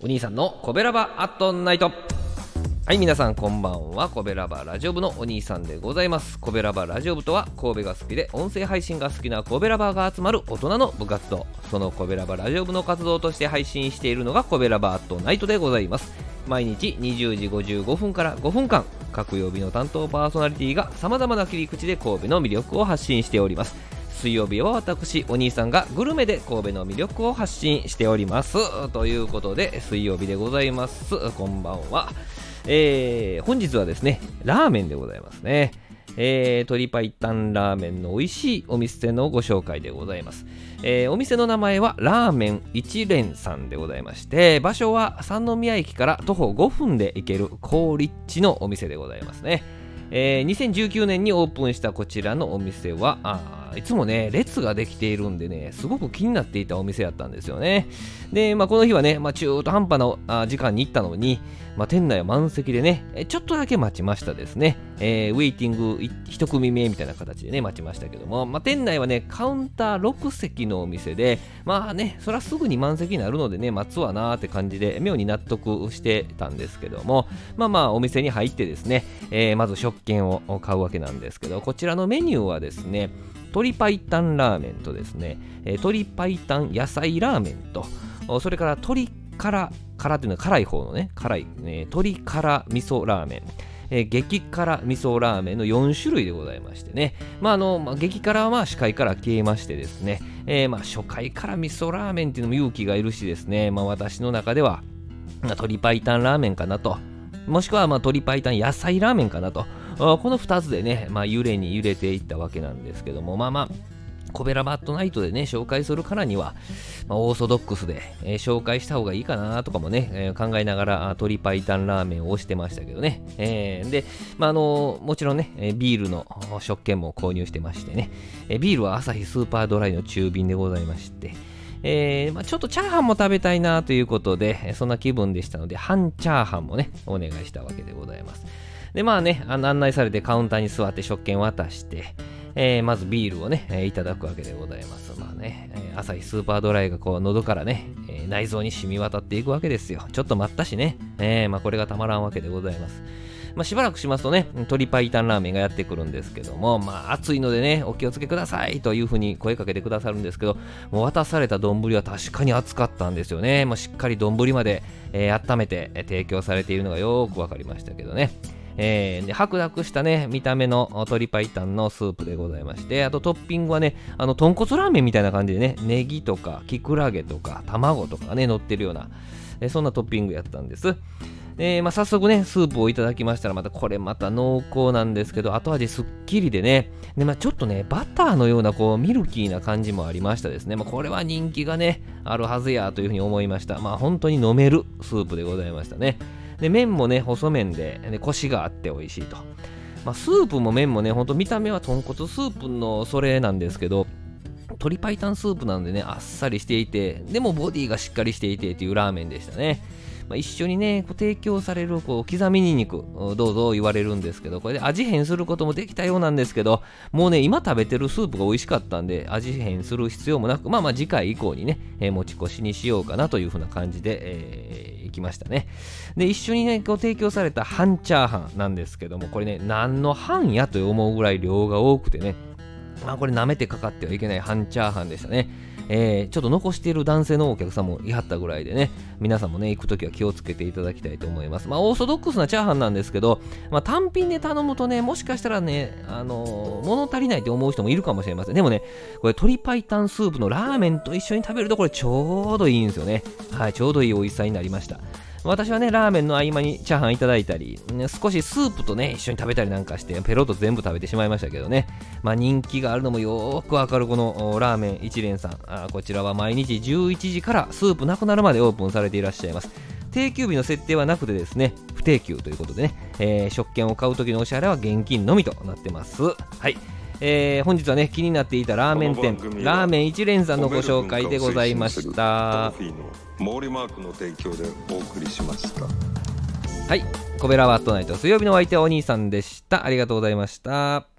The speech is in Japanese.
お兄さんのコベラバアットナイト。はい、皆さんこんばんは。コベラバラジオ部のお兄さんでございます。コベラバラジオ部とは、神戸が好きで音声配信が好きなコベラバが集まる大人の部活動。そのコベラバラジオ部の活動として配信しているのがコベラバアットナイトでございます。毎日20時55分から5分間、各曜日の担当パーソナリティが様々な切り口で神戸の魅力を発信しております。水曜日は私お兄さんがグルメで神戸の魅力を発信しておりますということで、水曜日でございます。こんばんは。本日はですね、ラーメンでございますね。鶏白湯ラーメンの美味しいお店のご紹介でございます。お店の名前はラーメン一連さんでございまして、場所は三宮駅から徒歩5分で行ける好立地のお店でございますね。2019年にオープンしたこちらのお店はいつもね列ができているんでね、すごく気になっていたお店やったんですよね。で、この日はね、中途半端な時間に行ったのに、店内は満席でね、ちょっとだけ待ちましたですね。ウェイティング一組目みたいな形でね待ちましたけども、店内はねカウンター6席のお店で、そらすぐに満席になるのでね待つわなーって感じで妙に納得してたんですけども、お店に入ってですね、まず食券を買うわけなんですけど、こちらのメニューはですね、鶏白湯ラーメンとですね、鶏白湯野菜ラーメンと、それから鶏辛っていうのは辛い方のね、鶏辛味噌ラーメン、激辛味噌ラーメンの4種類でございましてね、激辛は視界から消えましてですね、初回から味噌ラーメンっていうのも勇気がいるしですね、私の中では鶏白湯ラーメンかなと、もしくは鶏白湯野菜ラーメンかなと、この2つでね、揺れに揺れていったわけなんですけども、コベラバットナイトでね紹介するからには、オーソドックスで、紹介した方がいいかなとかもね、考えながら鶏白湯ラーメンを推してましたけどね、で、もちろんねビールの食券も購入してましてね、ビールはアサヒスーパードライの中瓶でございまして、ちょっとチャーハンも食べたいなということで、そんな気分でしたので半チャーハンもねお願いしたわけでございます。で案内されてカウンターに座って食券渡して、まずビールをね、いただくわけでございます。アサヒスーパードライがこう喉からね、内臓に染み渡っていくわけですよ。ちょっと待ったしね、これがたまらんわけでございます。しばらくしますとね鶏白湯ラーメンがやってくるんですけども、暑いのでねお気をつけくださいというふうに声かけてくださるんですけど、もう渡された丼は確かに熱かったんですよね。しっかり丼まで、温めて提供されているのがよくわかりましたけどね。で白濁したね見た目の鶏白湯のスープでございまして、あとトッピングはね豚骨ラーメンみたいな感じでね、ネギとかキクラゲとか卵とかね乗ってるような、そんなトッピングやったんです。早速ねスープをいただきましたら、これまた濃厚なんですけど後味すっきりでね、ちょっとねバターのようなこうミルキーな感じもありましたですね。これは人気がねあるはずやというふうに思いました。本当に飲めるスープでございましたね。で麺もね細麺で、コシがあって美味しいと、スープも麺もねほんと見た目は豚骨スープのそれなんですけど、鶏白湯スープなんでねあっさりしていて、でもボディがしっかりしていてというラーメンでしたね。一緒にね提供される刻みニンニクどうぞ言われるんですけど、これで味変することもできたようなんですけど、もうね今食べてるスープが美味しかったんで味変する必要もなく、次回以降にね、持ち越しにしようかなというふうな感じで、いきましたね。で一緒にね提供された半チャーハンなんですけども、これね何の半やと思うぐらい量が多くてね、これ舐めてかかってはいけない半チャーハンでしたね。ちょっと残している男性のお客さんもいはったぐらいでね、皆さんもね行くときは気をつけていただきたいと思います。オーソドックスなチャーハンなんですけど、単品で頼むとねもしかしたらね物足りないって思う人もいるかもしれません。でもねこれ鶏白湯スープのラーメンと一緒に食べるとこれちょうどいいんですよね。はい、ちょうどいい美味しさになりました。私はねラーメンの合間にチャーハンいただいたり、少しスープとね一緒に食べたりなんかしてペロッと全部食べてしまいましたけどね、人気があるのもよーくわかるこのラーメン一連さん、こちらは毎日11時からスープなくなるまでオープンされていらっしゃいます。定休日の設定はなくてですね不定休ということでね、食券を買う時のお支払いは現金のみとなってます。はい、本日はね気になっていたラーメン店ラーメン一連さんのご紹介でございました。 毛利マークの提供でお送りしました。 はい、コベラバットナイト水曜日のお相手はお兄さんでした。ありがとうございました。